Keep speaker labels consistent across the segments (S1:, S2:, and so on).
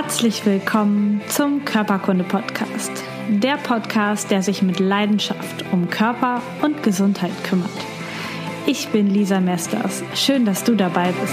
S1: Herzlich willkommen zum Körperkunde-Podcast. Der Podcast, der sich mit Leidenschaft um Körper und Gesundheit kümmert. Ich bin Lisa Mesters. Schön, dass du dabei bist.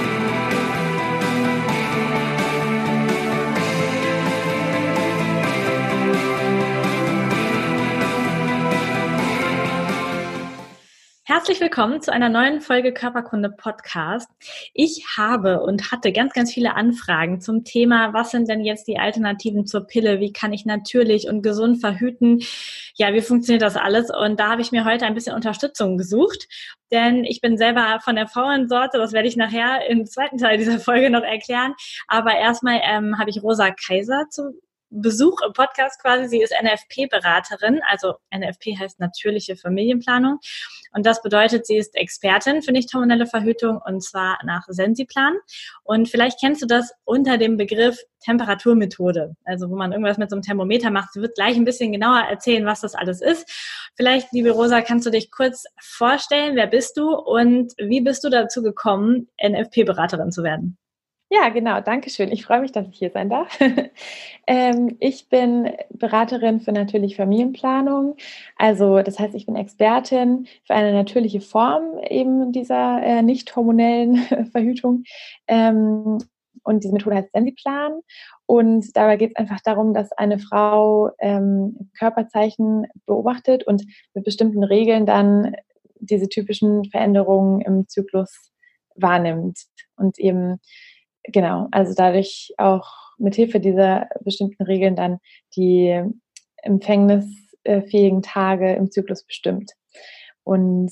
S1: Herzlich willkommen zu einer neuen Folge Körperkunde Podcast. Ich habe und hatte ganz, ganz viele Anfragen zum Thema, was sind denn jetzt die Alternativen zur Pille? Wie kann ich natürlich und gesund verhüten? Ja, wie funktioniert das alles? Und da habe ich mir heute ein bisschen Unterstützung gesucht, denn ich bin selber von der Frauensorte, das werde ich nachher im zweiten Teil dieser Folge noch erklären. Aber erstmal habe ich Rosa Kaiser zu Besuch im Podcast quasi. Sie ist NFP-Beraterin, also NFP heißt natürliche Familienplanung und das bedeutet, sie ist Expertin für nicht hormonelle Verhütung und zwar nach Sensiplan und vielleicht kennst du das unter dem Begriff Temperaturmethode, also wo man irgendwas mit so einem Thermometer macht. Sie wird gleich ein bisschen genauer erzählen, was das alles ist. Vielleicht, liebe Rosa, kannst du dich kurz vorstellen, wer bist du und wie bist du dazu gekommen, NFP-Beraterin zu werden?
S2: Ja, genau. Dankeschön. Ich freue mich, dass ich hier sein darf. Ich bin Beraterin für natürliche Familienplanung. Also das heißt, ich bin Expertin für eine natürliche Form eben dieser nicht hormonellen Verhütung. Und diese Methode heißt Sensiplan. Und dabei geht es einfach darum, dass eine Frau Körperzeichen beobachtet und mit bestimmten Regeln dann diese typischen Veränderungen im Zyklus wahrnimmt und eben genau, also dadurch auch mithilfe dieser bestimmten Regeln dann die empfängnisfähigen Tage im Zyklus bestimmt. Und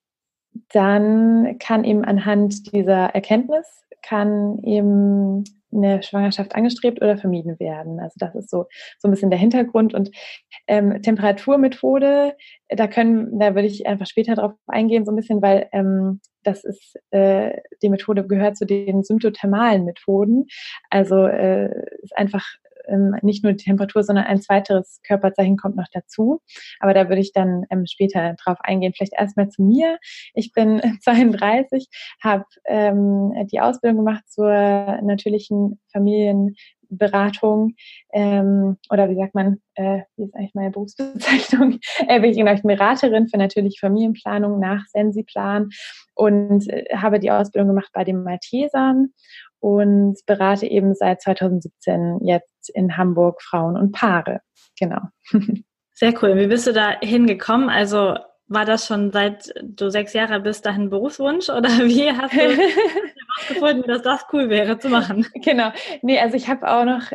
S2: dann kann eben anhand dieser Erkenntnis kann eben eine Schwangerschaft angestrebt oder vermieden werden. Also das ist so ein bisschen der Hintergrund. Und Temperaturmethode, da würde ich einfach später drauf eingehen, so ein bisschen, weil das ist, die Methode gehört zu den symptothermalen Methoden. Also ist einfach nicht nur die Temperatur, sondern ein zweiteres Körperzeichen kommt noch dazu. Aber da würde ich dann später drauf eingehen. Vielleicht erstmal zu mir. Ich bin 32, habe die Ausbildung gemacht zur natürlichen Familienberatung oder wie sagt man, wie ist eigentlich meine Berufsbezeichnung? Ich bin Beraterin für natürliche Familienplanung nach Sensiplan und habe die Ausbildung gemacht bei den Maltesern und berate eben seit 2017 jetzt in Hamburg Frauen und Paare. Genau.
S1: Sehr cool. Wie bist du da hingekommen? Also war das schon seit du 6 Jahre bist dahin Berufswunsch oder wie hast du herausgefunden, dass das cool wäre zu machen?
S2: Genau. Nee, also ich habe auch noch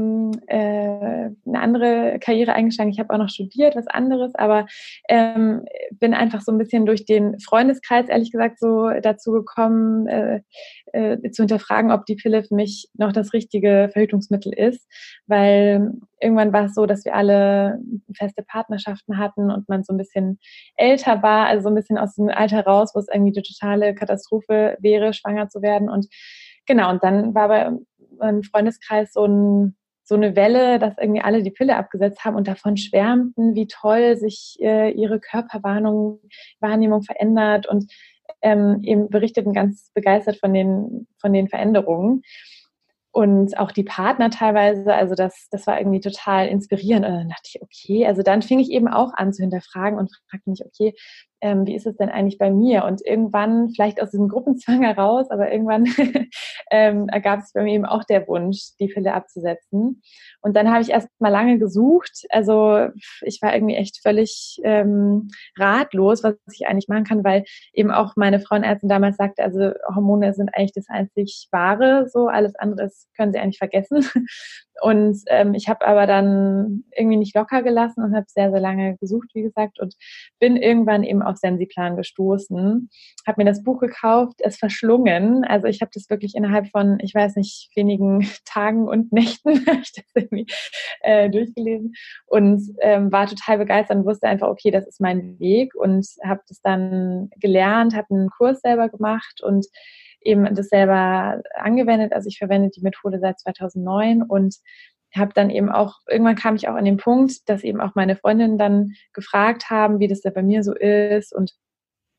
S2: eine andere Karriere eingeschlagen. Ich habe auch noch studiert, was anderes, aber bin einfach so ein bisschen durch den Freundeskreis, ehrlich gesagt, so dazu gekommen, zu hinterfragen, ob die Pille für mich noch das richtige Verhütungsmittel ist, weil irgendwann war es so, dass wir alle feste Partnerschaften hatten und man so ein bisschen älter war, also so ein bisschen aus dem Alter raus, wo es irgendwie die totale Katastrophe wäre, schwanger zu werden. Und genau, und dann war bei meinem Freundeskreis so eine Welle, dass irgendwie alle die Pille abgesetzt haben und davon schwärmten, wie toll sich ihre Körperwahrnehmung verändert und eben berichteten ganz begeistert von den Veränderungen. Und auch die Partner teilweise, also das war irgendwie total inspirierend. Und dann dachte ich, okay, also dann fing ich eben auch an zu hinterfragen und fragte mich, okay, wie ist es denn eigentlich bei mir? Und irgendwann, vielleicht aus diesem Gruppenzwang heraus, aber irgendwann ergab es bei mir eben auch der Wunsch, die Pille abzusetzen. Und dann habe ich erst mal lange gesucht. Also ich war irgendwie echt völlig ratlos, was ich eigentlich machen kann, weil eben auch meine Frauenärztin damals sagte, also Hormone sind eigentlich das einzig Wahre, so alles andere können sie eigentlich vergessen. Und ich habe aber dann irgendwie nicht locker gelassen und habe sehr, sehr lange gesucht, wie gesagt, und bin irgendwann eben auf Sensiplan gestoßen, habe mir das Buch gekauft, es verschlungen. Also ich habe das wirklich innerhalb von, ich weiß nicht, wenigen Tagen und Nächten habe ich das irgendwie durchgelesen und war total begeistert und wusste einfach, okay, das ist mein Weg und habe das dann gelernt, habe einen Kurs selber gemacht und eben das selber angewendet. Also ich verwende die Methode seit 2009 und habe dann eben auch, irgendwann kam ich auch an den Punkt, dass eben auch meine Freundinnen dann gefragt haben, wie das da bei mir so ist und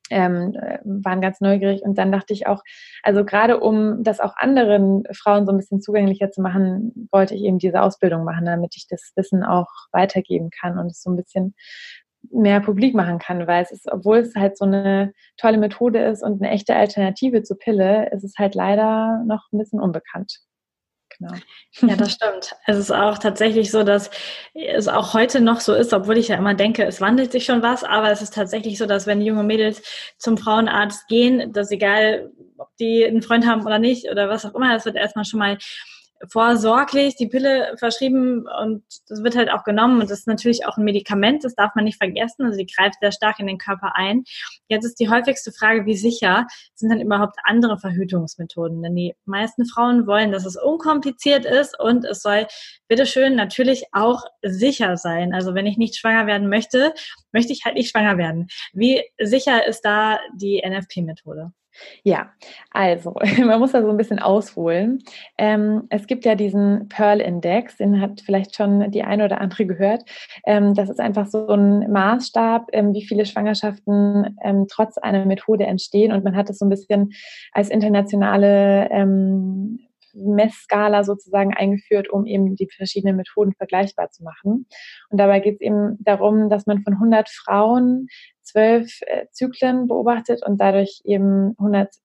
S2: waren ganz neugierig. Und dann dachte ich auch, also gerade um das auch anderen Frauen so ein bisschen zugänglicher zu machen, wollte ich eben diese Ausbildung machen, damit ich das Wissen auch weitergeben kann und es so ein bisschen mehr publik machen kann, weil es ist, obwohl es halt so eine tolle Methode ist und eine echte Alternative zur Pille, ist es halt leider noch ein bisschen unbekannt. Genau.
S1: Ja, das stimmt. Es ist auch tatsächlich so, dass es auch heute noch so ist, obwohl ich ja immer denke, es wandelt sich schon was, aber es ist tatsächlich so, dass wenn junge Mädels zum Frauenarzt gehen, dass egal, ob die einen Freund haben oder nicht oder was auch immer, es wird erstmal schon mal vorsorglich die Pille verschrieben und das wird halt auch genommen und das ist natürlich auch ein Medikament, das darf man nicht vergessen, also die greift sehr stark in den Körper ein. Jetzt ist die häufigste Frage, wie sicher sind denn überhaupt andere Verhütungsmethoden? Denn die meisten Frauen wollen, dass es unkompliziert ist und es soll bitteschön natürlich auch sicher sein. Also wenn ich nicht schwanger werden möchte, möchte ich halt nicht schwanger werden. Wie sicher ist da die NFP-Methode?
S2: Ja, also man muss da so ein bisschen ausholen. Es gibt ja diesen Pearl-Index, den hat vielleicht schon die eine oder andere gehört. Das ist einfach so ein Maßstab, wie viele Schwangerschaften trotz einer Methode entstehen. Und man hat es so ein bisschen als internationale Messskala sozusagen eingeführt, um eben die verschiedenen Methoden vergleichbar zu machen. Und dabei geht es eben darum, dass man von 100 Frauen 12 Zyklen beobachtet und dadurch eben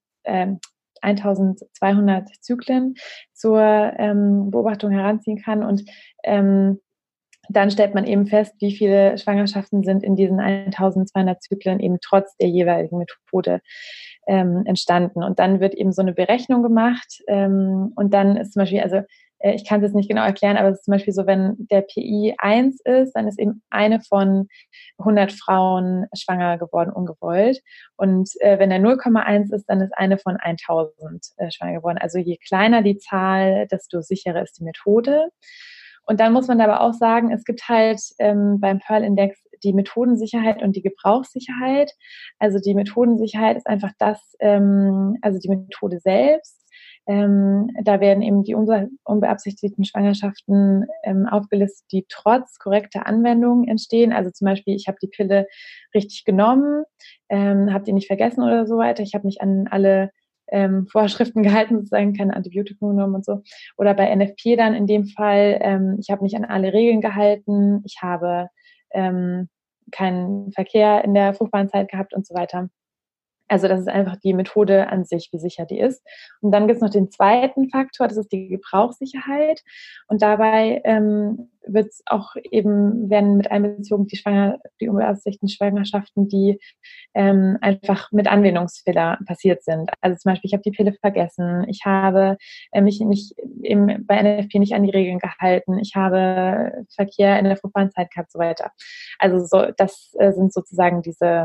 S2: 1200 Zyklen zur Beobachtung heranziehen kann. Und dann stellt man eben fest, wie viele Schwangerschaften sind in diesen 1200 Zyklen eben trotz der jeweiligen Methode entstanden. Und dann wird eben so eine Berechnung gemacht. Und dann ist zum Beispiel, also ich kann es jetzt nicht genau erklären, aber es ist zum Beispiel so, wenn der PI 1 ist, dann ist eben eine von 100 Frauen schwanger geworden, ungewollt. Und wenn er 0,1 ist, dann ist eine von 1000 schwanger geworden. Also je kleiner die Zahl, desto sicherer ist die Methode. Und dann muss man aber auch sagen, es gibt halt beim Pearl-Index die Methodensicherheit und die Gebrauchssicherheit. Also die Methodensicherheit ist einfach das, also die Methode selbst. Da werden eben die unbeabsichtigten Schwangerschaften aufgelistet, die trotz korrekter Anwendung entstehen. Also zum Beispiel, ich habe die Pille richtig genommen, habe die nicht vergessen oder so weiter. Ich habe mich an alle Vorschriften gehalten, sozusagen keine Antibiotikum genommen und so. Oder bei NFP dann in dem Fall, ich habe mich an alle Regeln gehalten, ich habe keinen Verkehr in der fruchtbaren Zeit gehabt und so weiter. Also das ist einfach die Methode an sich, wie sicher die ist. Und dann gibt es noch den zweiten Faktor, das ist die Gebrauchssicherheit. Und dabei wird es auch eben, werden mit einbezogen die unbeabsichtigten Schwangerschaften, die einfach mit Anwendungsfehler passiert sind. Also zum Beispiel, ich habe die Pille vergessen, ich habe mich nicht bei NFP nicht an die Regeln gehalten, ich habe Verkehr in der fruchtbaren Zeit gehabt, so weiter. Also so, das sind sozusagen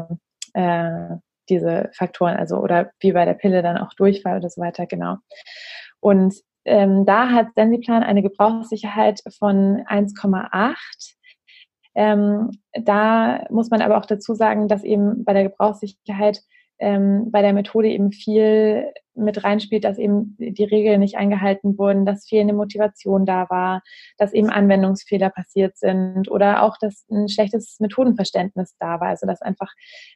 S2: diese Faktoren, also oder wie bei der Pille dann auch Durchfall oder so weiter, genau. Und da hat Sensiplan eine Gebrauchssicherheit von 1,8. Da muss man aber auch dazu sagen, dass eben bei der Gebrauchssicherheit bei der Methode eben viel mit reinspielt, dass eben die Regeln nicht eingehalten wurden, dass fehlende Motivation da war, dass eben Anwendungsfehler passiert sind oder auch, dass ein schlechtes Methodenverständnis da war. Also dass einfach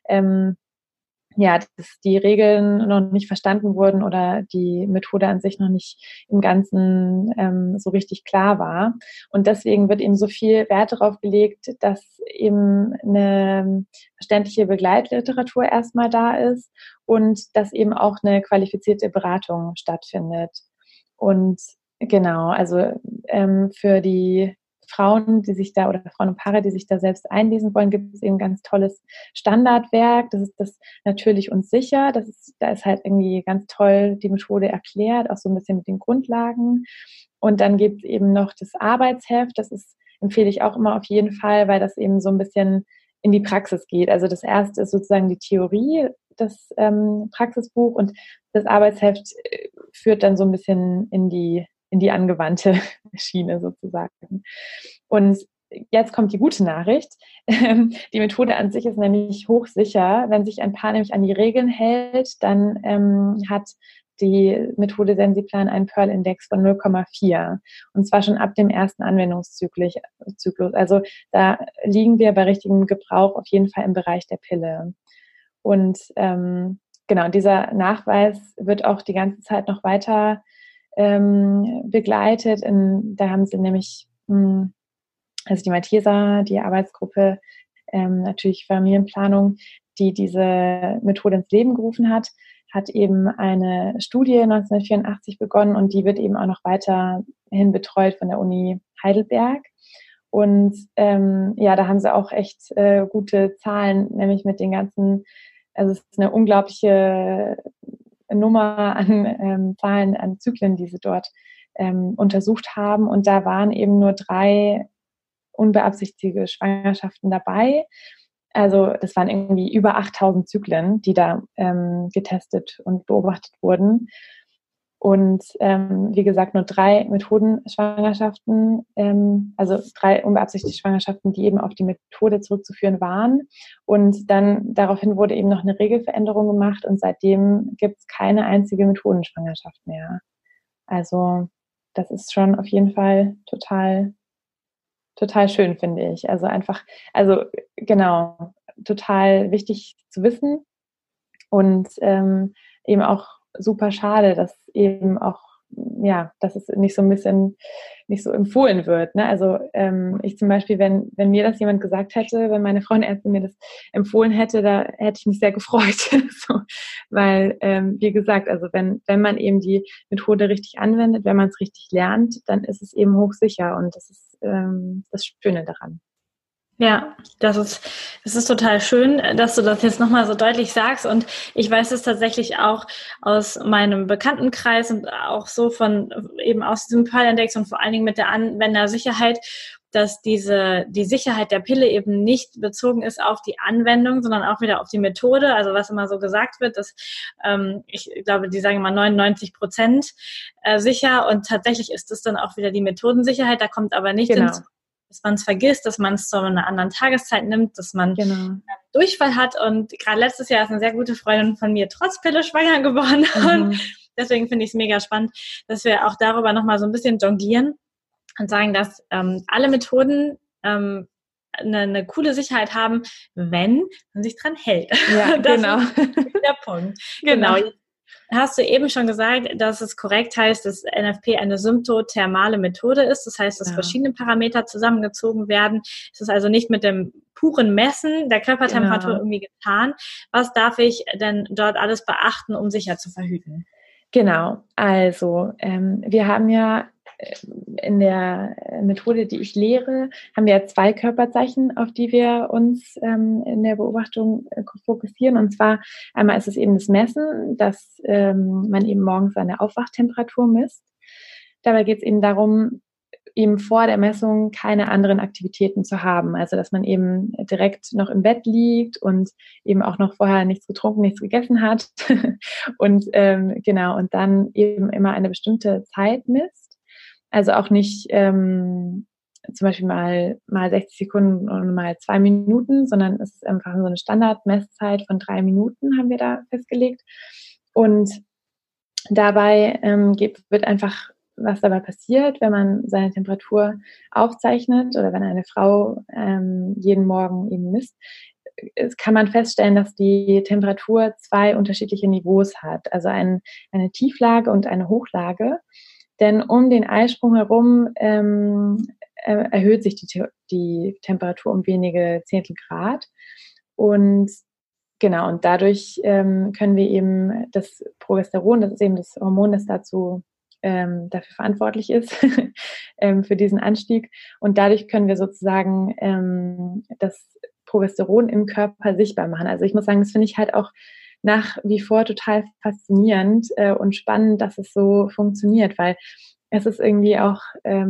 S2: dass die Regeln noch nicht verstanden wurden oder die Methode an sich noch nicht im Ganzen so richtig klar war. Und deswegen wird eben so viel Wert darauf gelegt, dass eben eine verständliche Begleitliteratur erstmal da ist und dass eben auch eine qualifizierte Beratung stattfindet. Und genau, also für die Frauen, die sich da oder Frauen und Paare, die sich da selbst einlesen wollen, gibt es eben ein ganz tolles Standardwerk. Das ist das Natürlich und sicher. Da ist halt irgendwie ganz toll die Methode erklärt, auch so ein bisschen mit den Grundlagen. Und dann gibt es eben noch das Arbeitsheft. Empfehle ich auch immer auf jeden Fall, weil das eben so ein bisschen in die Praxis geht. Also das erste ist sozusagen die Theorie, das Praxisbuch, und das Arbeitsheft führt dann so ein bisschen in die angewandte Schiene sozusagen. Und jetzt kommt die gute Nachricht. Die Methode an sich ist nämlich hochsicher. Wenn sich ein Paar nämlich an die Regeln hält, dann hat die Methode Sensiplan einen Pearl-Index von 0,4. Und zwar schon ab dem ersten Anwendungszyklus. Also da liegen wir bei richtigem Gebrauch auf jeden Fall im Bereich der Pille. Und genau, dieser Nachweis wird auch die ganze Zeit noch weiter begleitet. Da haben sie nämlich, also die Malteser, die Arbeitsgruppe, natürlich Familienplanung, die diese Methode ins Leben gerufen hat eben eine Studie 1984 begonnen und die wird eben auch noch weiterhin betreut von der Uni Heidelberg. Und da haben sie auch echt gute Zahlen, nämlich mit den ganzen, also es ist eine unglaubliche Nummer an Zahlen, an Zyklen, die sie dort untersucht haben. Und da waren eben nur 3 unbeabsichtigte Schwangerschaften dabei. Also das waren irgendwie über 8000 Zyklen, die da getestet und beobachtet wurden. Und wie gesagt, nur 3 Methodenschwangerschaften, also 3 unbeabsichtigte Schwangerschaften, die eben auf die Methode zurückzuführen waren. Und dann daraufhin wurde eben noch eine Regelveränderung gemacht und seitdem gibt es keine einzige Methodenschwangerschaft mehr. Also das ist schon auf jeden Fall total schön, finde ich. Also genau, total wichtig zu wissen und eben auch super schade, dass eben auch, dass es nicht so empfohlen wird. Ne? Also ich zum Beispiel, wenn mir das jemand gesagt hätte, wenn meine Frauenärztin mir das empfohlen hätte, da hätte ich mich sehr gefreut. So, weil, wie gesagt, also wenn man eben die Methode richtig anwendet, wenn man es richtig lernt, dann ist es eben hochsicher und das ist das Schöne daran.
S1: Ja, das ist total schön, dass du das jetzt nochmal so deutlich sagst. Und ich weiß es tatsächlich auch aus meinem Bekanntenkreis und auch so eben aus diesem Fallindex und vor allen Dingen mit der Anwendersicherheit, dass die Sicherheit der Pille eben nicht bezogen ist auf die Anwendung, sondern auch wieder auf die Methode. Also was immer so gesagt wird, dass ich glaube, die sagen immer 99% sicher und tatsächlich ist es dann auch wieder die Methodensicherheit. Da kommt aber nicht hinzu, dass man es vergisst, dass man es zu einer anderen Tageszeit nimmt, dass man Durchfall hat. Und gerade letztes Jahr ist eine sehr gute Freundin von mir trotz Pille schwanger geworden. Und deswegen finde ich es mega spannend, dass wir auch darüber nochmal so ein bisschen jonglieren und sagen, dass alle Methoden eine coole Sicherheit haben, wenn man sich dran hält.
S2: Ja,
S1: das
S2: genau.
S1: ist der Punkt. Genau. Hast du eben schon gesagt, dass es korrekt heißt, dass NFP eine symptothermale Methode ist. Das heißt, dass verschiedene Parameter zusammengezogen werden. Es ist also nicht mit dem puren Messen der Körpertemperatur irgendwie getan. Was darf ich denn dort alles beachten, um sicher zu verhüten?
S2: Genau, also wir haben ja in der Methode, die ich lehre, haben wir 2 Körperzeichen, auf die wir uns in der Beobachtung fokussieren. Und zwar einmal ist es eben das Messen, dass man eben morgens seine Aufwachtemperatur misst. Dabei geht es eben darum, eben vor der Messung keine anderen Aktivitäten zu haben. Also dass man eben direkt noch im Bett liegt und eben auch noch vorher nichts getrunken, nichts gegessen hat. Und und dann eben immer eine bestimmte Zeit misst. Also auch nicht zum Beispiel mal 60 Sekunden und mal 2 Minuten, sondern es ist einfach so eine Standardmesszeit von 3 Minuten, haben wir da festgelegt. Und dabei wird einfach, was dabei passiert, wenn man seine Temperatur aufzeichnet oder wenn eine Frau jeden Morgen eben misst, kann man feststellen, dass die Temperatur 2 unterschiedliche Niveaus hat. Also eine Tieflage und eine Hochlage. Denn um den Eisprung herum erhöht sich die Temperatur um wenige Zehntel Grad. Und genau, und dadurch können wir eben das Progesteron, das ist eben das Hormon, das dafür verantwortlich ist, für diesen Anstieg. Und dadurch können wir sozusagen das Progesteron im Körper sichtbar machen. Also ich muss sagen, das finde ich halt auch nach wie vor total faszinierend und spannend, dass es so funktioniert, weil es ist irgendwie auch,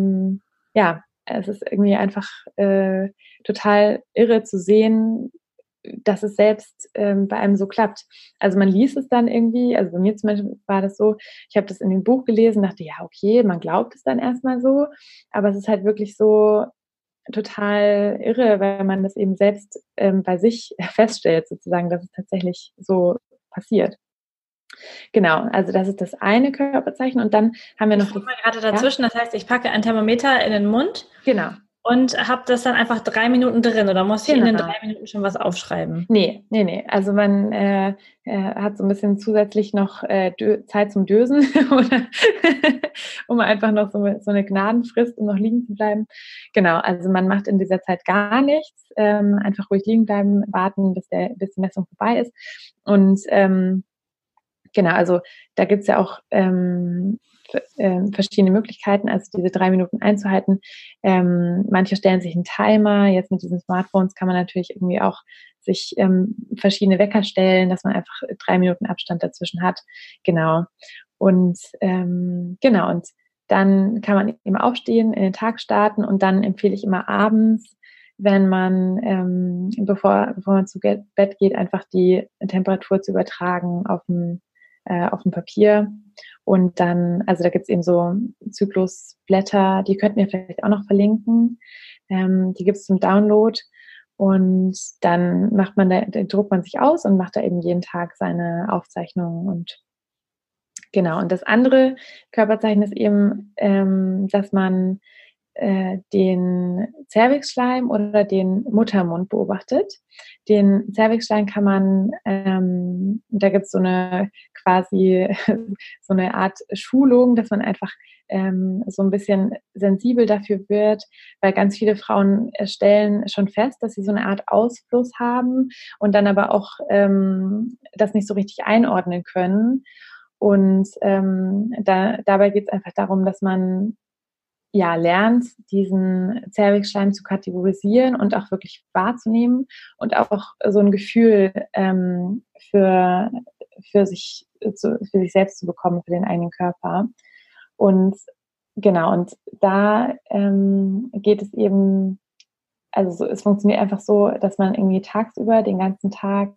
S2: es ist irgendwie einfach total irre zu sehen, dass es selbst bei einem so klappt. Also man liest es dann irgendwie, also bei mir zum Beispiel war das so, ich habe das in dem Buch gelesen, dachte, ja, okay, man glaubt es dann erstmal so, aber es ist halt wirklich so total irre, weil man das eben selbst bei sich feststellt, sozusagen, dass es tatsächlich so passiert. Genau, also das ist das eine Körperzeichen und dann haben wir noch...
S1: Ich gucke mal gerade dazwischen, das heißt, ich packe ein Thermometer in den Mund.
S2: Genau.
S1: und habe das dann einfach 3 Minuten drin oder muss ich in den
S2: Genau.
S1: 3 Minuten schon was aufschreiben?
S2: Nee. Also man hat so ein bisschen zusätzlich noch Zeit zum Dösen oder um einfach noch so eine Gnadenfrist, um noch liegen zu bleiben. Genau, also man macht in dieser Zeit gar nichts, einfach ruhig liegen bleiben, warten, bis die Messung vorbei ist. Und genau, also da gibt's ja auch verschiedene Möglichkeiten, also diese 3 Minuten einzuhalten. Manche stellen sich einen Timer. Jetzt mit diesen Smartphones kann man natürlich irgendwie auch sich verschiedene Wecker stellen, dass man einfach 3 Minuten Abstand dazwischen hat. Genau. Und genau, und dann kann man eben aufstehen, in den Tag starten und dann empfehle ich immer abends, wenn man, bevor man zu Bett geht, einfach die Temperatur zu übertragen auf dem Papier. Und dann, also da gibt's eben so Zyklusblätter, die könnten wir vielleicht auch noch verlinken. Die gibt's zum Download. Und dann druckt man sich aus und macht da eben jeden Tag seine Aufzeichnungen und genau. Und das andere Körperzeichen ist eben, dass man den Zervixschleim oder den Muttermund beobachtet. Den Zervixschleim kann man, da gibt es so eine quasi so eine Art Schulung, dass man einfach so ein bisschen sensibel dafür wird, weil ganz viele Frauen stellen schon fest, dass sie so eine Art Ausfluss haben und dann aber auch das nicht so richtig einordnen können. Und dabei geht es einfach darum, dass man ja lernt, diesen Zervixschleim zu kategorisieren und auch wirklich wahrzunehmen und auch so ein Gefühl für, für sich selbst zu bekommen, für den eigenen Körper. Und genau, und da geht es eben, also es funktioniert einfach so, dass man irgendwie tagsüber den ganzen Tag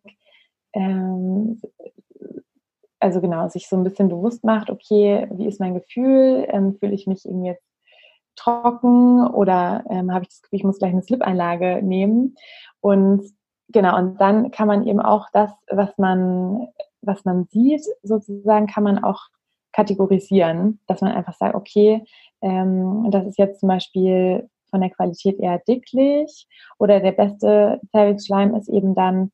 S2: ähm, also genau, sich so ein bisschen bewusst macht, okay, wie ist mein Gefühl? Fühle ich mich irgendwie jetzt trocken oder habe ich das Gefühl, ich muss gleich eine Slip-Einlage nehmen? Und genau, und dann kann man eben auch das, was man sieht, sozusagen, kann man auch kategorisieren, dass man einfach sagt, okay, das ist jetzt zum Beispiel von der Qualität eher dicklich oder der beste Zervixschleim ist eben dann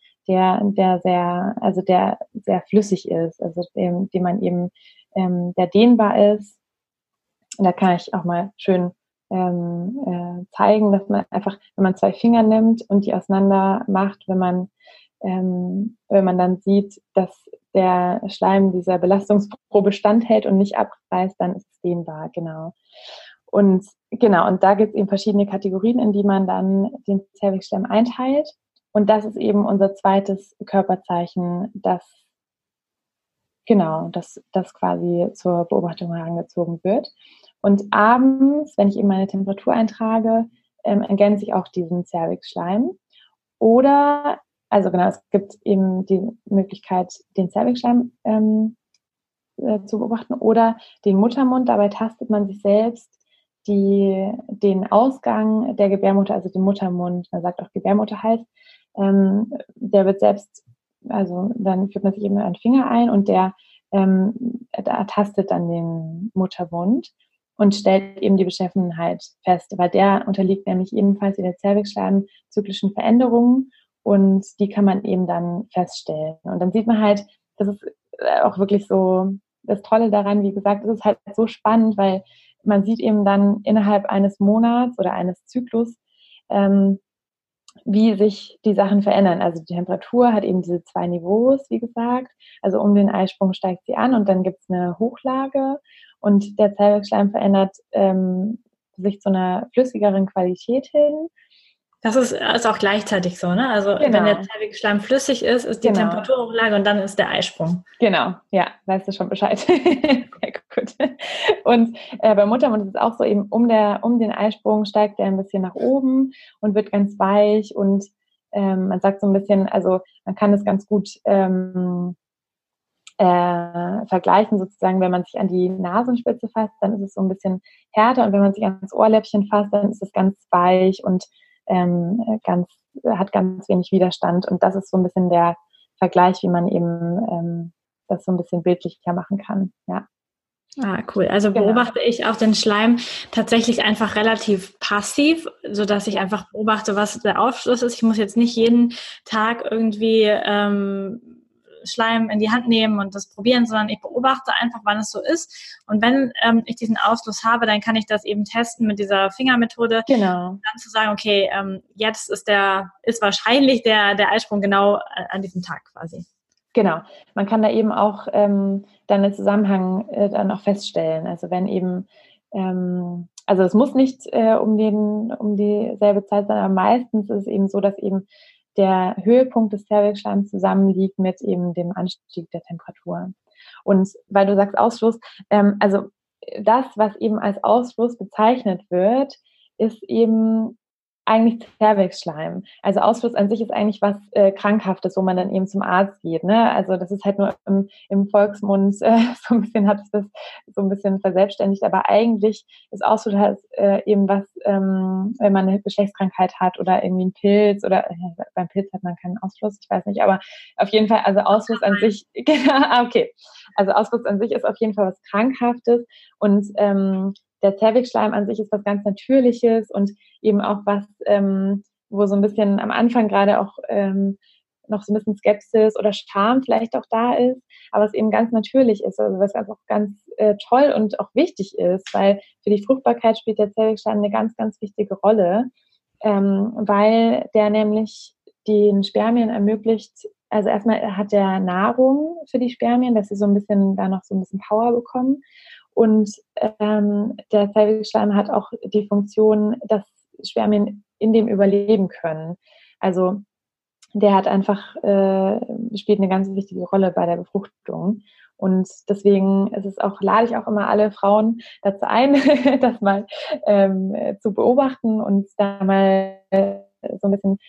S2: der sehr flüssig ist, also dem man eben, der dehnbar ist. Und da kann ich auch mal schön zeigen, dass man einfach, wenn man 2 Finger nimmt und die auseinander macht, wenn man dann sieht, dass der Schleim dieser Belastungsprobe standhält und nicht abreißt, dann ist es dehnbar, genau. Und genau, und da gibt es eben verschiedene Kategorien, in die man dann den Zervixschleim einteilt. Und das ist eben unser zweites Körperzeichen, das quasi zur Beobachtung herangezogen wird. Und abends, wenn ich eben meine Temperatur eintrage, ergänze ich auch diesen Zervixschleim. Oder, also genau, es gibt eben die Möglichkeit, den Zervixschleim zu beobachten oder den Muttermund. Dabei tastet man sich selbst den Ausgang der Gebärmutter, also den Muttermund, man sagt auch Gebärmutterhals, der wird selbst, also dann führt man sich eben einen Finger ein und der tastet dann den Muttermund und stellt eben die Beschaffenheit fest, weil der unterliegt nämlich ebenfalls in der Zervixschleim zyklischen Veränderungen und die kann man eben dann feststellen. Und dann sieht man halt, das ist auch wirklich so das Tolle daran, wie gesagt, es ist halt so spannend, weil man sieht eben dann innerhalb eines Monats oder eines Zyklus, wie sich die Sachen verändern. Also die Temperatur hat eben diese 2 Niveaus, wie gesagt. Also um den Eisprung steigt sie an und dann gibt es eine Hochlage und der Zervixschleim verändert sich zu einer flüssigeren Qualität hin.
S1: Das ist auch gleichzeitig so, ne? Also wenn der
S2: Genau.
S1: Zervixschleim flüssig ist, ist die
S2: Genau.
S1: Temperaturhochlage und dann ist der Eisprung.
S2: Genau, ja, weißt du schon Bescheid. Sehr gut. Und beim Muttermund ist es auch so, eben um den Eisprung steigt er ein bisschen nach oben und wird ganz weich und man sagt so ein bisschen, also man kann es ganz gut vergleichen sozusagen, wenn man sich an die Nasenspitze fasst, dann ist es so ein bisschen härter und wenn man sich ans Ohrläppchen fasst, dann ist es ganz weich und hat ganz wenig Widerstand und das ist so ein bisschen der Vergleich, wie man eben das so ein bisschen bildlicher machen kann, ja.
S1: Ah, cool. Also beobachte ich auch den Schleim tatsächlich einfach relativ passiv, so dass ich einfach beobachte, was der Aufschluss ist. Ich muss jetzt nicht jeden Tag irgendwie Schleim in die Hand nehmen und das probieren, sondern ich beobachte einfach, wann es so ist. Und wenn ich diesen Ausfluss habe, dann kann ich das eben testen mit dieser Fingermethode.
S2: Genau.
S1: Dann zu sagen, okay, jetzt ist wahrscheinlich der Eisprung genau an diesem Tag quasi.
S2: Genau, man kann da eben auch dann den Zusammenhang dann auch feststellen. Also wenn eben, also es muss nicht um dieselbe Zeit sein, aber meistens ist es eben so, dass eben der Höhepunkt des Zervixschleims zusammenliegt mit eben dem Anstieg der Temperatur. Und weil du sagst Ausfluss, also das, was eben als Ausfluss bezeichnet wird, ist eben eigentlich Zervixschleim. Also Ausfluss an sich ist eigentlich was Krankhaftes, wo man dann eben zum Arzt geht. Ne? Also das ist halt nur im Volksmund so ein bisschen, hat sich das so ein bisschen verselbstständigt, aber eigentlich ist Ausfluss halt eben was, wenn man eine Geschlechtskrankheit hat oder irgendwie einen Pilz oder beim Pilz hat man keinen Ausfluss, ich weiß nicht, aber auf jeden Fall, also Ausfluss an sich, genau, okay. Also Ausfluss an sich ist auf jeden Fall was Krankhaftes und der Zervixschleim an sich ist was ganz Natürliches und eben auch was, wo so ein bisschen am Anfang gerade auch noch so ein bisschen Skepsis oder Scham vielleicht auch da ist, aber es eben ganz natürlich ist, also was auch ganz toll und auch wichtig ist, weil für die Fruchtbarkeit spielt der Zervixschleim eine ganz, ganz wichtige Rolle, weil der nämlich den Spermien ermöglicht, also erstmal hat der Nahrung für die Spermien, dass sie so ein bisschen da noch so ein bisschen Power bekommen. Und der Zervixschleim hat auch die Funktion, dass Spermien in dem überleben können. Also der hat einfach, spielt eine ganz wichtige Rolle bei der Befruchtung. Und deswegen ist es auch, lade ich auch immer alle Frauen dazu ein, das mal zu beobachten und da mal so ein bisschen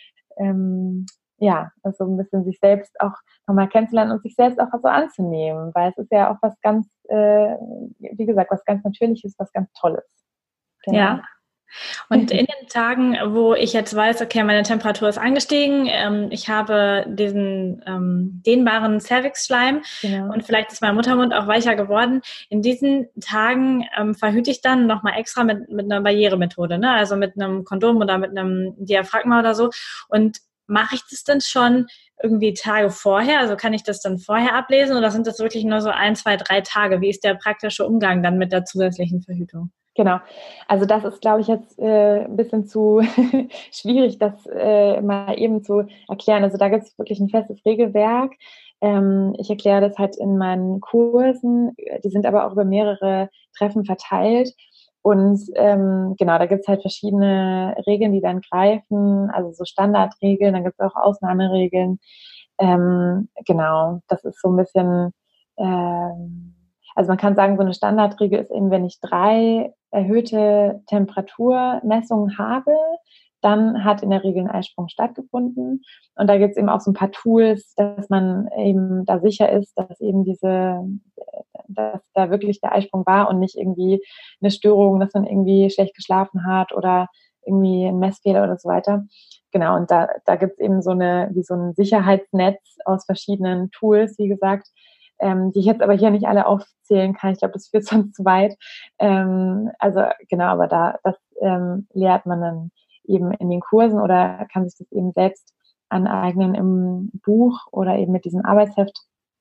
S2: ja, also ein bisschen sich selbst auch nochmal kennenzulernen und sich selbst auch so anzunehmen, weil es ist ja auch was ganz, wie gesagt, was ganz Natürliches, was ganz Tolles.
S1: Genau. Ja. Und in den Tagen, wo ich jetzt weiß, okay, meine Temperatur ist angestiegen, ich habe diesen dehnbaren Cervixschleim und vielleicht ist mein Muttermund auch weicher geworden, in diesen Tagen verhüte ich dann nochmal extra mit einer Barrieremethode, ne? Also mit einem Kondom oder mit einem Diaphragma oder so. Und mache ich das denn schon irgendwie Tage vorher? Also kann ich das dann vorher ablesen oder sind das wirklich nur so 1, 2, 3 Tage? Wie ist der praktische Umgang dann mit der zusätzlichen Verhütung?
S2: Genau. Also das ist, glaube ich, jetzt ein bisschen zu schwierig, das mal eben zu erklären. Also da gibt es wirklich ein festes Regelwerk. Ich erkläre das halt in meinen Kursen. Die sind aber auch über mehrere Treffen verteilt. Und genau, da gibt es halt verschiedene Regeln, die dann greifen. Also so Standardregeln, dann gibt es auch Ausnahmeregeln. Genau, das ist so ein bisschen... also man kann sagen, so eine Standardregel ist eben, wenn ich 3 erhöhte Temperaturmessungen habe, dann hat in der Regel ein Eisprung stattgefunden. Und da gibt es eben auch so ein paar Tools, dass man eben da sicher ist, dass da wirklich der Eisprung war und nicht irgendwie eine Störung, dass man irgendwie schlecht geschlafen hat oder irgendwie ein Messfehler oder so weiter. Genau, und da gibt es eben so ein Sicherheitsnetz aus verschiedenen Tools, wie gesagt, die ich jetzt aber hier nicht alle aufzählen kann. Ich glaube, das führt sonst zu weit. Also genau, aber das lehrt man dann eben in den Kursen oder kann sich das eben selbst aneignen im Buch oder eben mit diesem Arbeitsheft,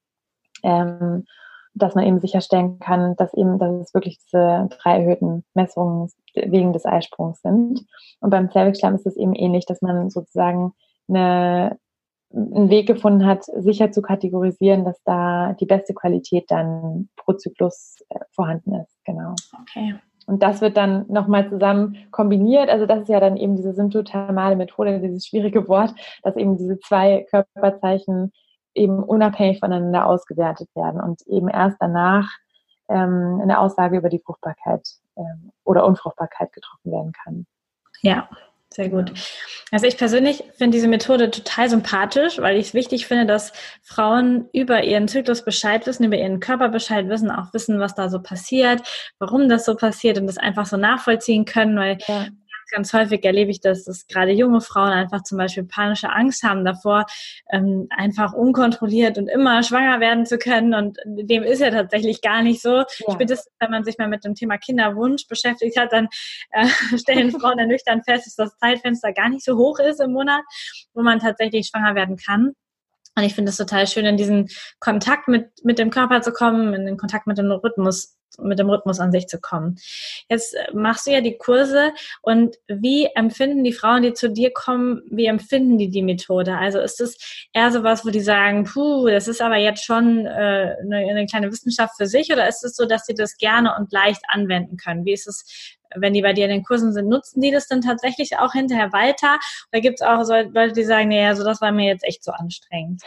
S2: dass man eben sicherstellen kann, dass es wirklich diese 3 erhöhten Messungen wegen des Eisprungs sind. Und beim Zervixschleim ist es eben ähnlich, dass man sozusagen einen Weg gefunden hat, sicher zu kategorisieren, dass da die beste Qualität dann pro Zyklus vorhanden ist. Genau.
S1: Okay.
S2: Und das wird dann nochmal zusammen kombiniert. Also das ist ja dann eben diese symptothermale Methode, dieses schwierige Wort, dass eben diese 2 Körperzeichen eben unabhängig voneinander ausgewertet werden und eben erst danach eine Aussage über die Fruchtbarkeit oder Unfruchtbarkeit getroffen werden kann.
S1: Ja. Sehr gut. Also ich persönlich finde diese Methode total sympathisch, weil ich es wichtig finde, dass Frauen über ihren Zyklus Bescheid wissen, über ihren Körper Bescheid wissen, auch wissen, was da so passiert, warum das so passiert und das einfach so nachvollziehen können, weil ganz häufig erlebe ich, dass gerade junge Frauen einfach zum Beispiel panische Angst haben davor, einfach unkontrolliert und immer schwanger werden zu können. Und dem ist ja tatsächlich gar nicht so.
S2: Ja.
S1: Spätestens, wenn man sich mal mit dem Thema Kinderwunsch beschäftigt hat, dann stellen Frauen dann nüchtern fest, dass das Zeitfenster gar nicht so hoch ist im Monat, wo man tatsächlich schwanger werden kann. Und ich finde es total schön, in diesen Kontakt mit dem Körper zu kommen, in den Kontakt mit dem Rhythmus an sich zu kommen. Jetzt machst du ja die Kurse, und wie empfinden die Frauen, die zu dir kommen, wie empfinden die Methode? Also ist es eher sowas, wo die sagen, das ist aber jetzt schon eine kleine Wissenschaft für sich, oder ist es so, dass sie das gerne und leicht anwenden können? Wie ist es, wenn die bei dir in den Kursen sind, nutzen die das dann tatsächlich auch hinterher weiter? Oder gibt es auch so Leute, die sagen, nee, also das war mir jetzt echt so anstrengend?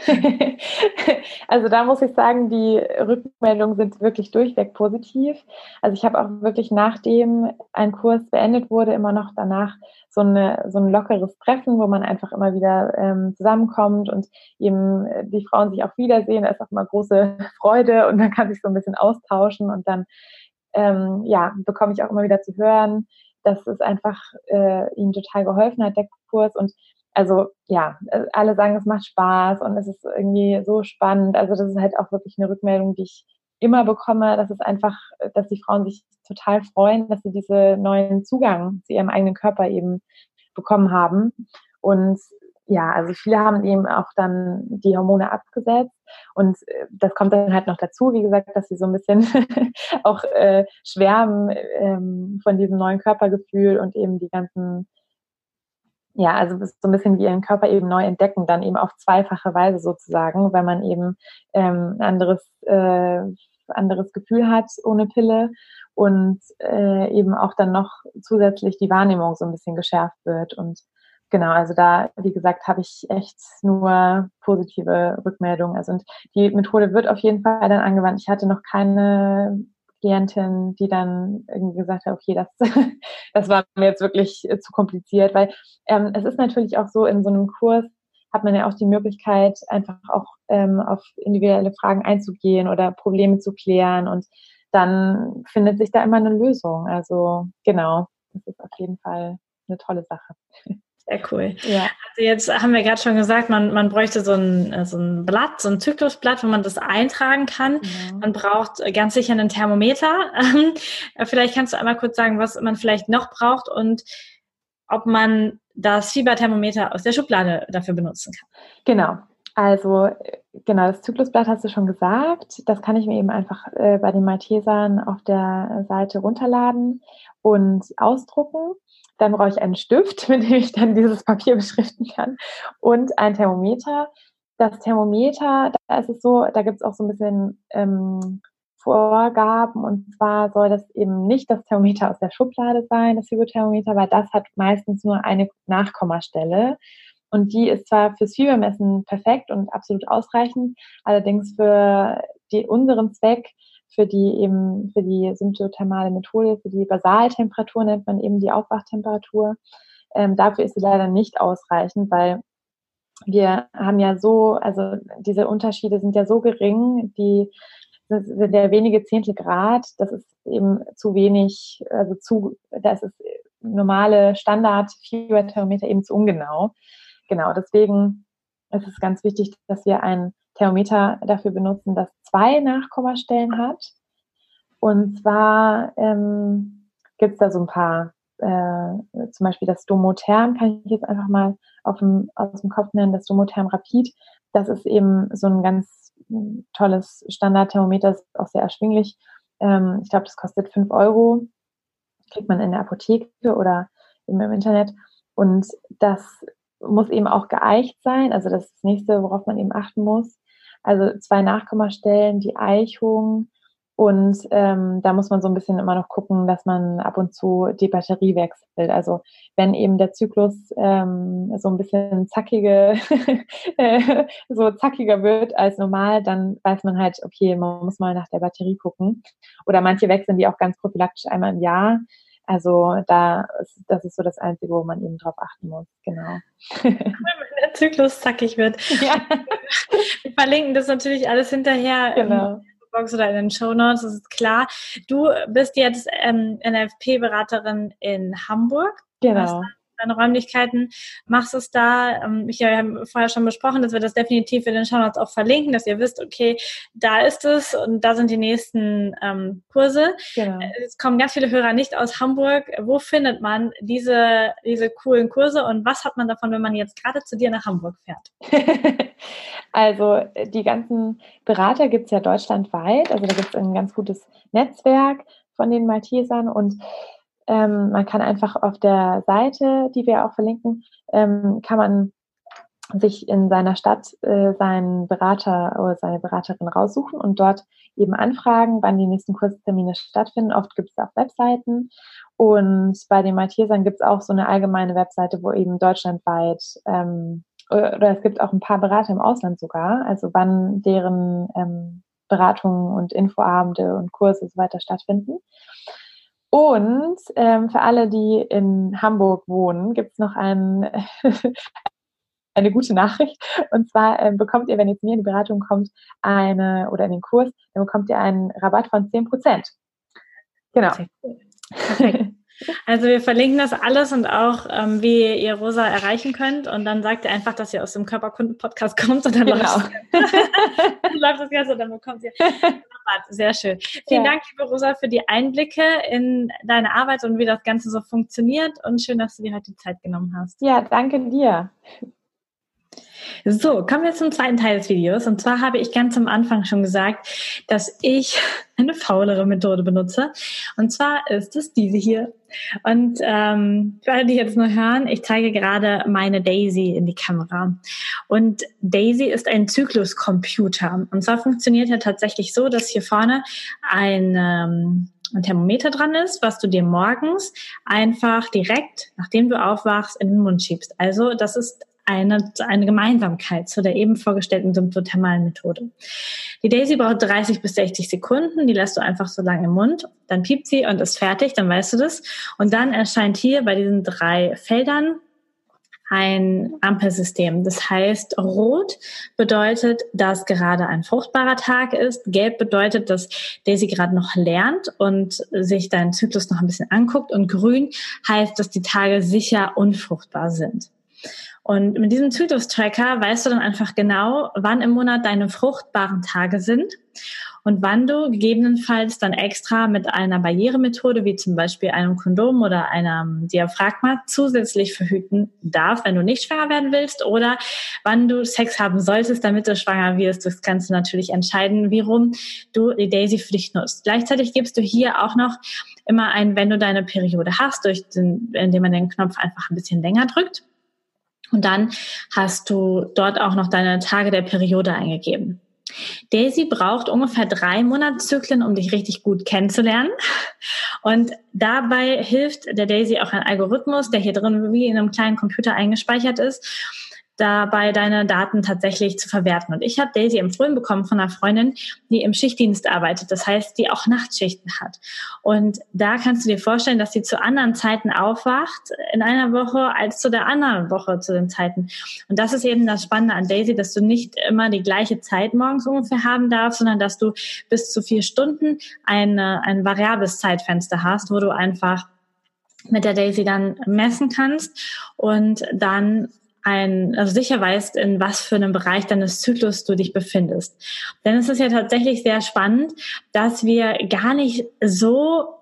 S2: Also da muss ich sagen, die Rückmeldungen sind wirklich durchweg positiv. Also ich habe auch wirklich, nachdem ein Kurs beendet wurde, immer noch danach so ein lockeres Treffen, wo man einfach immer wieder zusammenkommt und eben die Frauen sich auch wiedersehen. Da ist auch immer große Freude und man kann sich so ein bisschen austauschen, und dann bekomme ich auch immer wieder zu hören, dass es einfach ihnen total geholfen hat, der Kurs. Und also ja, alle sagen, es macht Spaß und es ist irgendwie so spannend. Also das ist halt auch wirklich eine Rückmeldung, die ich immer bekomme, dass es einfach, dass die Frauen sich total freuen, dass sie diesen neuen Zugang zu ihrem eigenen Körper eben bekommen haben. Und ja, also viele haben eben auch dann die Hormone abgesetzt, und das kommt dann halt noch dazu, wie gesagt, dass sie so ein bisschen auch schwärmen von diesem neuen Körpergefühl und eben die ganzen, ja, also so ein bisschen wie ihren Körper eben neu entdecken, dann eben auf zweifache Weise sozusagen, weil man eben ein anderes Gefühl hat ohne Pille, und eben auch dann noch zusätzlich die Wahrnehmung so ein bisschen geschärft wird. Und genau, also da, wie gesagt, habe ich echt nur positive Rückmeldungen. Also, und die Methode wird auf jeden Fall dann angewandt. Ich hatte noch keine Klientin, die dann irgendwie gesagt hat, okay, das war mir jetzt wirklich zu kompliziert, weil es ist natürlich auch so, in so einem Kurs hat man ja auch die Möglichkeit, einfach auch auf individuelle Fragen einzugehen oder Probleme zu klären, und dann findet sich da immer eine Lösung. Also genau, das ist auf jeden Fall eine tolle Sache.
S1: Sehr cool.
S2: Ja.
S1: Also jetzt haben wir gerade schon gesagt, man bräuchte so ein Blatt, so ein Zyklusblatt, wo man das eintragen kann.
S2: Genau.
S1: Man braucht ganz sicher einen Thermometer. Vielleicht kannst du einmal kurz sagen, was man vielleicht noch braucht und ob man das Fieberthermometer aus der Schublade dafür benutzen kann.
S2: Genau. Also genau, das Zyklusblatt hast du schon gesagt. Das kann ich mir eben einfach bei den Maltesern auf der Seite runterladen und ausdrucken. Dann brauche ich einen Stift, mit dem ich dann dieses Papier beschriften kann, und ein Thermometer. Das Thermometer, da ist es so, da gibt es auch so ein bisschen Vorgaben, und zwar soll das eben nicht das Thermometer aus der Schublade sein, das Fieberthermometer, weil das hat meistens nur eine Nachkommastelle. Und die ist zwar fürs Fiebermessen perfekt und absolut ausreichend, allerdings für unseren Zweck, für die symptothermale Methode, für die Basaltemperatur nennt man eben die Aufwachtemperatur, dafür ist sie leider nicht ausreichend, weil wir haben ja also diese Unterschiede sind ja so gering, das sind ja wenige Zehntel Grad, das ist eben zu wenig, da ist das normale Standard-Fieberthermometer eben zu ungenau. Genau, deswegen ist es ganz wichtig, dass wir ein Thermometer dafür benutzen, das 2 Nachkommastellen hat. Und zwar gibt es da so ein paar, zum Beispiel das Domotherm, kann ich jetzt einfach mal aus dem Kopf nennen, das Domotherm Rapid. Das ist eben so ein ganz tolles Standardthermometer, ist auch sehr erschwinglich. Ich glaube, das kostet 5 Euro, kriegt man in der Apotheke oder eben im Internet. Und das muss eben auch geeicht sein. Also das ist das nächste, worauf man eben achten muss. Also 2 Nachkommastellen, die Eichung. Und da muss man so ein bisschen immer noch gucken, dass man ab und zu die Batterie wechselt. Also wenn eben der Zyklus so ein bisschen zackiger wird als normal, dann weiß man halt, okay, man muss mal nach der Batterie gucken. Oder manche wechseln die auch ganz prophylaktisch einmal im Jahr. Also das ist so das Einzige, wo man eben drauf achten muss. Genau.
S1: Wenn der Zyklus zackig wird.
S2: Ja.
S1: Wir verlinken das natürlich alles hinterher.
S2: Genau.
S1: Box oder in den Shownotes, das ist klar. Du bist jetzt NFP-Beraterin in Hamburg.
S2: Genau.
S1: Deine Räumlichkeiten, machst es da. Wir haben vorher schon besprochen, dass wir das definitiv in den Shownotes auch verlinken, dass ihr wisst, okay, da ist es und da sind die nächsten Kurse.
S2: Genau.
S1: Es kommen ganz viele Hörer nicht aus Hamburg. Wo findet man diese coolen Kurse und was hat man davon, wenn man jetzt gerade zu dir nach Hamburg fährt?
S2: Also die ganzen Berater gibt es ja deutschlandweit. Also da gibt es ein ganz gutes Netzwerk von den Maltesern und man kann einfach auf der Seite, die wir auch verlinken, kann man sich in seiner Stadt seinen Berater oder seine Beraterin raussuchen und dort eben anfragen, wann die nächsten Kurstermine stattfinden. Oft gibt es auch Webseiten und bei den Maltesern gibt es auch so eine allgemeine Webseite, wo eben deutschlandweit oder es gibt auch ein paar Berater im Ausland sogar, also wann deren Beratungen und Infoabende und Kurse und so weiter stattfinden. Und für alle, die in Hamburg wohnen, gibt es noch eine gute Nachricht. Und zwar bekommt ihr, wenn ihr zu mir in die Beratung kommt, oder in den Kurs, dann bekommt ihr einen Rabatt von 10%. Genau.
S1: Perfekt. Also wir verlinken das alles und auch, wie ihr Rosa erreichen könnt. Und dann sagt ihr einfach, dass ihr aus dem Körperkunden-Podcast kommt und dann läuft das Ganze und dann bekommt ihr Rabatt. Sehr schön. Vielen Dank, liebe Rosa, für die Einblicke in deine Arbeit und wie das Ganze so funktioniert. Und schön, dass du dir heute die Zeit genommen hast.
S2: Ja, danke dir.
S1: So, kommen wir zum zweiten Teil des Videos. Und zwar habe ich ganz am Anfang schon gesagt, dass ich eine faulere Methode benutze. Und zwar ist es diese hier. Und für alle, die jetzt nur hören, ich zeige gerade meine Daisy in die Kamera. Und Daisy ist ein Zykluscomputer. Und zwar funktioniert er tatsächlich so, dass hier vorne ein Thermometer dran ist, was du dir morgens einfach direkt, nachdem du aufwachst, in den Mund schiebst. Also das ist eine Gemeinsamkeit zu der eben vorgestellten symptothermalen Methode. Die Daisy braucht 30 bis 60 Sekunden, die lässt du einfach so lange im Mund, dann piept sie und ist fertig, dann weißt du das. Und dann erscheint hier bei diesen 3 Feldern ein Ampelsystem. Das heißt, rot bedeutet, dass gerade ein fruchtbarer Tag ist. Gelb bedeutet, dass Daisy gerade noch lernt und sich deinen Zyklus noch ein bisschen anguckt. Und grün heißt, dass die Tage sicher unfruchtbar sind. Und mit diesem Zyklus-Tracker weißt du dann einfach genau, wann im Monat deine fruchtbaren Tage sind und wann du gegebenenfalls dann extra mit einer Barrieremethode, wie zum Beispiel einem Kondom oder einem Diaphragma, zusätzlich verhüten darfst, wenn du nicht schwanger werden willst, oder wann du Sex haben solltest, damit du schwanger wirst. Das kannst du natürlich entscheiden, wie rum du die Daisy für dich nutzt. Gleichzeitig gibst du hier auch noch immer ein, wenn du deine Periode hast, indem man den Knopf einfach ein bisschen länger drückt. Und dann hast du dort auch noch deine Tage der Periode eingegeben. Daisy braucht ungefähr 3 Monatszyklen, um dich richtig gut kennenzulernen. Und dabei hilft der Daisy auch ein Algorithmus, der hier drin wie in einem kleinen Computer eingespeichert ist, dabei deine Daten tatsächlich zu verwerten. Und ich habe Daisy empfohlen bekommen von einer Freundin, die im Schichtdienst arbeitet, das heißt, die auch Nachtschichten hat. Und da kannst du dir vorstellen, dass sie zu anderen Zeiten aufwacht in einer Woche als zu der anderen Woche zu den Zeiten. Und das ist eben das Spannende an Daisy, dass du nicht immer die gleiche Zeit morgens ungefähr haben darfst, sondern dass du bis zu 4 Stunden ein variables Zeitfenster hast, wo du einfach mit der Daisy dann messen kannst und dann also sicher weißt, in was für einem Bereich deines Zyklus du dich befindest. Denn es ist ja tatsächlich sehr spannend, dass wir gar nicht so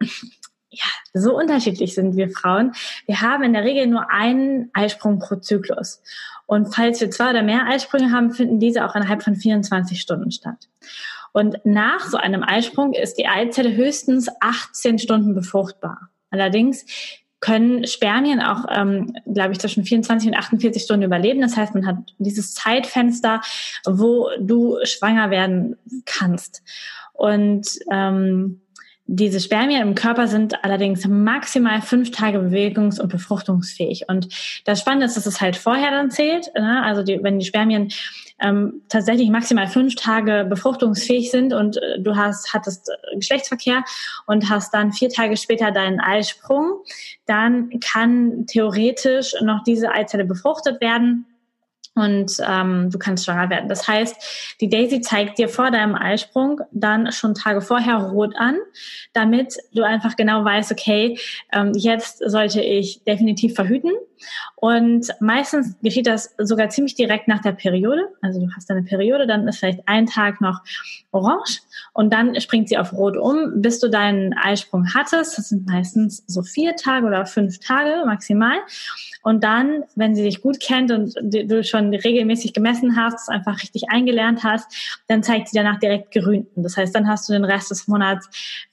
S1: unterschiedlich sind, wir Frauen. Wir haben in der Regel nur einen Eisprung pro Zyklus. Und falls wir 2 oder mehr Eisprünge haben, finden diese auch innerhalb von 24 Stunden statt. Und nach so einem Eisprung ist die Eizelle höchstens 18 Stunden befruchtbar. Allerdings können Spermien auch, glaube ich, zwischen 24 und 48 Stunden überleben. Das heißt, man hat dieses Zeitfenster, wo du schwanger werden kannst. Und diese Spermien im Körper sind allerdings maximal 5 Tage bewegungs- und befruchtungsfähig. Und das Spannende ist, dass es halt vorher dann zählt. Ne? Also wenn die Spermien tatsächlich maximal 5 Tage befruchtungsfähig sind und du hattest Geschlechtsverkehr und hast dann 4 Tage später deinen Eisprung, dann kann theoretisch noch diese Eizelle befruchtet werden. und du kannst schwanger werden. Das heißt, die Daisy zeigt dir vor deinem Eisprung dann schon Tage vorher rot an, damit du einfach genau weißt, okay, jetzt sollte ich definitiv verhüten. Und meistens geschieht das sogar ziemlich direkt nach der Periode. Also du hast deine Periode, dann ist vielleicht ein Tag noch orange und dann springt sie auf rot um, bis du deinen Eisprung hattest. Das sind meistens so 4 Tage oder 5 Tage maximal. Und dann, wenn sie dich gut kennt und du schon regelmäßig gemessen hast, es einfach richtig eingelernt hast, dann zeigt sie danach direkt grün. Das heißt, dann hast du den Rest des Monats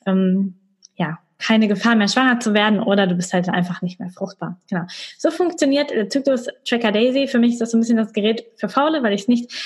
S1: keine Gefahr mehr, schwanger zu werden, oder du bist halt einfach nicht mehr fruchtbar. Genau. So funktioniert der Zyklus-Tracker Daisy. Für mich ist das so ein bisschen das Gerät für Faule, weil ich es nicht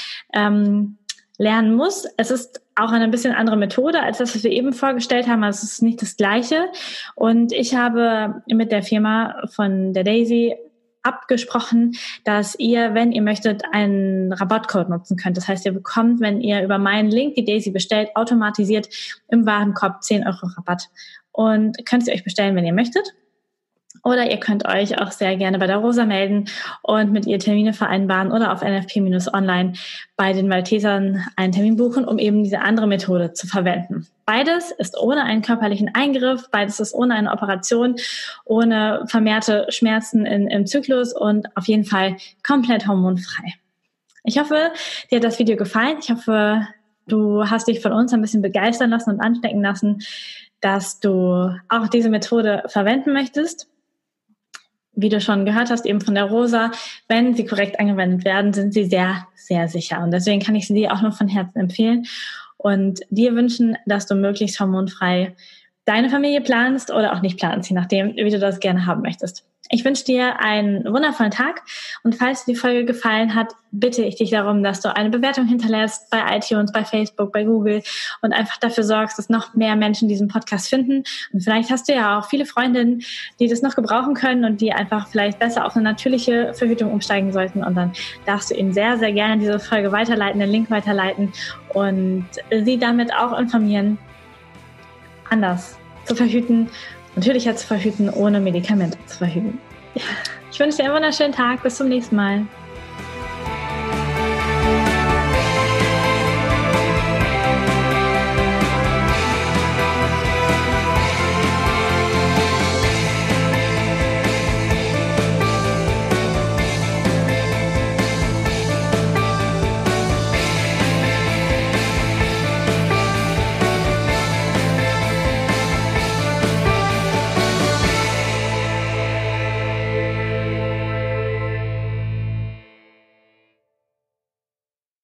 S1: lernen muss. Es ist auch eine bisschen andere Methode als das, was wir eben vorgestellt haben. Also es ist nicht das Gleiche. Und ich habe mit der Firma von der Daisy abgesprochen, dass ihr, wenn ihr möchtet, einen Rabattcode nutzen könnt. Das heißt, ihr bekommt, wenn ihr über meinen Link die Daisy bestellt, automatisiert im Warenkorb 10 € Rabatt. Und könnt ihr euch bestellen, wenn ihr möchtet. Oder ihr könnt euch auch sehr gerne bei der Rosa melden und mit ihr Termine vereinbaren oder auf NFP-Online bei den Maltesern einen Termin buchen, um eben diese andere Methode zu verwenden. Beides ist ohne einen körperlichen Eingriff, beides ist ohne eine Operation, ohne vermehrte Schmerzen im Zyklus und auf jeden Fall komplett hormonfrei. Ich hoffe, dir hat das Video gefallen. Ich hoffe, du hast dich von uns ein bisschen begeistern lassen und anstecken lassen, dass du auch diese Methode verwenden möchtest. Wie du schon gehört hast, eben von der Rosa, wenn sie korrekt angewendet werden, sind sie sehr, sehr sicher. Und deswegen kann ich sie dir auch nur von Herzen empfehlen und dir wünschen, dass du möglichst hormonfrei deine Familie planst oder auch nicht planst, je nachdem, wie du das gerne haben möchtest. Ich wünsche dir einen wundervollen Tag und falls dir die Folge gefallen hat, bitte ich dich darum, dass du eine Bewertung hinterlässt bei iTunes, bei Facebook, bei Google und einfach dafür sorgst, dass noch mehr Menschen diesen Podcast finden. Und vielleicht hast du ja auch viele Freundinnen, die das noch gebrauchen können und die einfach vielleicht besser auf eine natürliche Verhütung umsteigen sollten. Und dann darfst du ihnen sehr, sehr gerne diese Folge weiterleiten, den Link weiterleiten und sie damit auch informieren, anders zu verhüten, natürlicher zu verhüten, ohne Medikamente zu verhüten. Ich wünsche dir einen wunderschönen Tag. Bis zum nächsten Mal.